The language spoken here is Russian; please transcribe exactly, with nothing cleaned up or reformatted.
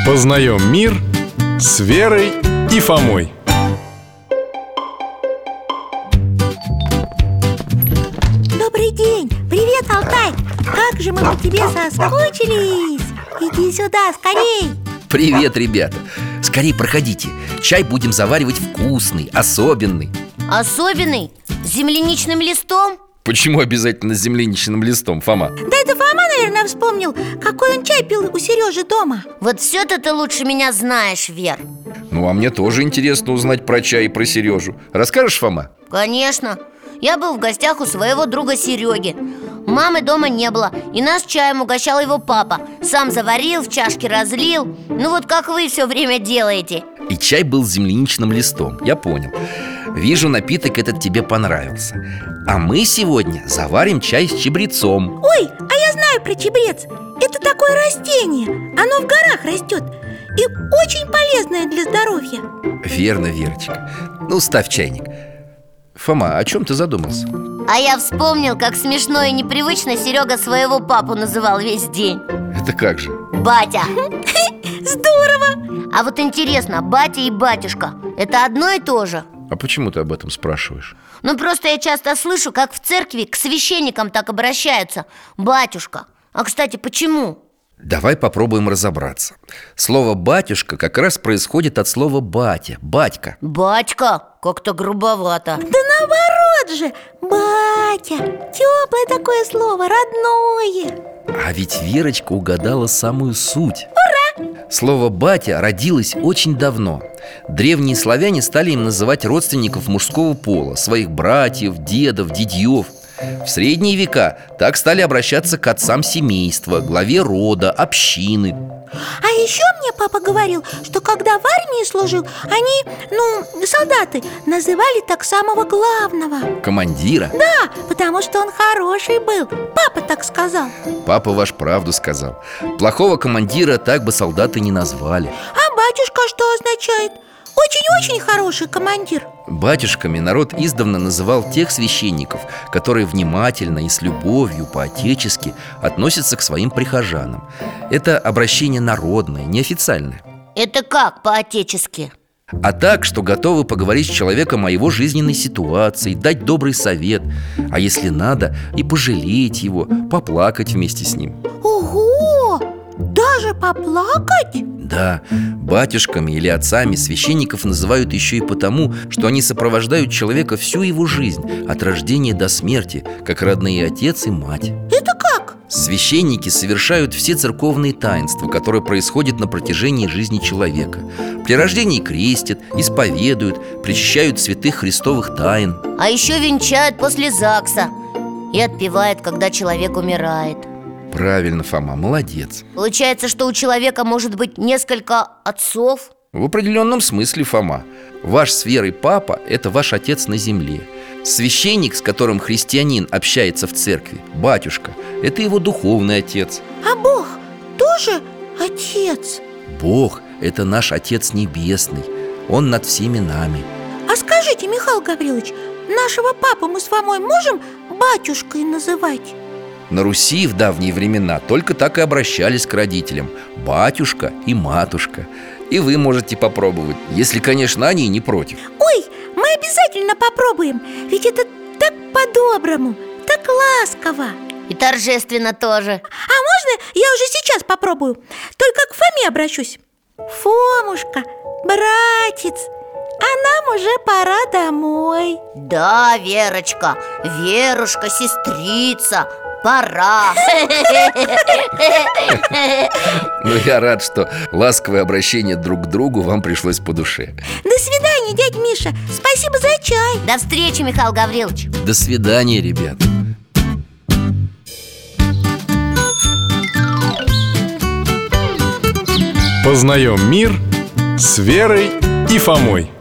Познаем мир с Верой и Фомой. Добрый день! Привет, Алтай! Как же мы по тебе соскучились! Иди сюда, скорей! Привет, ребята! Скорей проходите. Чай будем заваривать вкусный, особенный. Особенный? С земляничным листом? Почему обязательно с земляничным листом, Фома? Да это Фома, наверное, вспомнил, какой он чай пил у Сережи дома. Вот все-то ты лучше меня знаешь, Вер. Ну, а мне тоже интересно узнать про чай и про Сережу. Расскажешь, Фома? Конечно. Я был в гостях у своего друга Сереги. Мамы дома не было, и нас чаем угощал его папа. Сам заварил, в чашке разлил. Ну вот как вы все время делаете. И чай был с земляничным листом, я понял. Вижу, напиток этот тебе понравился. А мы сегодня заварим чай с чабрецом. Ой, а я знаю про чабрец. Это такое растение. Оно в горах растет и очень полезное для здоровья. Верно, Верочка. Ну, ставь чайник. Фома, о чем ты задумался? А я вспомнил, как смешно и непривычно Серега своего папу называл весь день. Это как же? Батя. Здорово! А вот интересно, батя и батюшка – это одно и то же? А почему ты об этом спрашиваешь? Ну просто я часто слышу, как в церкви к священникам так обращаются. Батюшка. А кстати, почему? Давай попробуем разобраться. Слово «батюшка» как раз происходит от слова «батя», «батька». Батька? Как-то грубовато. Да наоборот же! Батя! Теплое такое слово, родное. А ведь Верочка угадала самую суть. Ура! Слово «батя» родилось очень давно. Древние славяне стали им называть родственников мужского пола, своих братьев, дедов, дядьев. В средние века так стали обращаться к отцам семейства, главе рода, общины. А еще мне папа говорил, что когда в армии служил, они, ну, солдаты, называли так самого главного. Командира? Да, потому что он хороший был. Папа так сказал. Папа ваш правду сказал. Плохого командира так бы солдаты не назвали. А батюшка что означает? Очень-очень хороший командир. Батюшками народ издавна называл тех священников, которые внимательно и с любовью по-отечески относятся к своим прихожанам. Это обращение народное, неофициальное. Это как по-отечески? А так, что готовы поговорить с человеком о его жизненной ситуации, дать добрый совет, а если надо, и пожалеть его, поплакать вместе с ним. Ого! Даже поплакать? Да, батюшками или отцами священников называют еще и потому, что они сопровождают человека всю его жизнь, от рождения до смерти, как родные отец и мать. Это как? Священники совершают все церковные таинства, которые происходят на протяжении жизни человека. При рождении крестят, исповедуют, причащают святых христовых тайн. А еще венчают после ЗАГСа и отпевают, когда человек умирает. Правильно, Фома, молодец. Получается, что у человека может быть несколько отцов? В определенном смысле, Фома. Ваш с Верой папа – это ваш отец на земле. Священник, с которым христианин общается в церкви, батюшка – это его духовный отец. А Бог тоже отец? Бог – это наш Отец Небесный. Он над всеми нами. А скажите, Михаил Гаврилович, нашего папу мы с Фомой можем батюшкой называть? На Руси в давние времена только так и обращались к родителям: батюшка и матушка. И вы можете попробовать, если, конечно, они не против. Ой, мы обязательно попробуем. Ведь это так по-доброму, так ласково. И торжественно тоже. А можно я уже сейчас попробую? Только к Фоме обращусь. Фомушка, братец, а нам уже пора домой. Да, Верочка, Верушка, сестрица, пора. Ну, я рад, что ласковое обращение друг к другу вам пришлось по душе. До свидания, дядь Миша. Спасибо за чай. До встречи, Михаил Гаврилович. До свидания, ребят. Познаем мир с Верой и Фомой.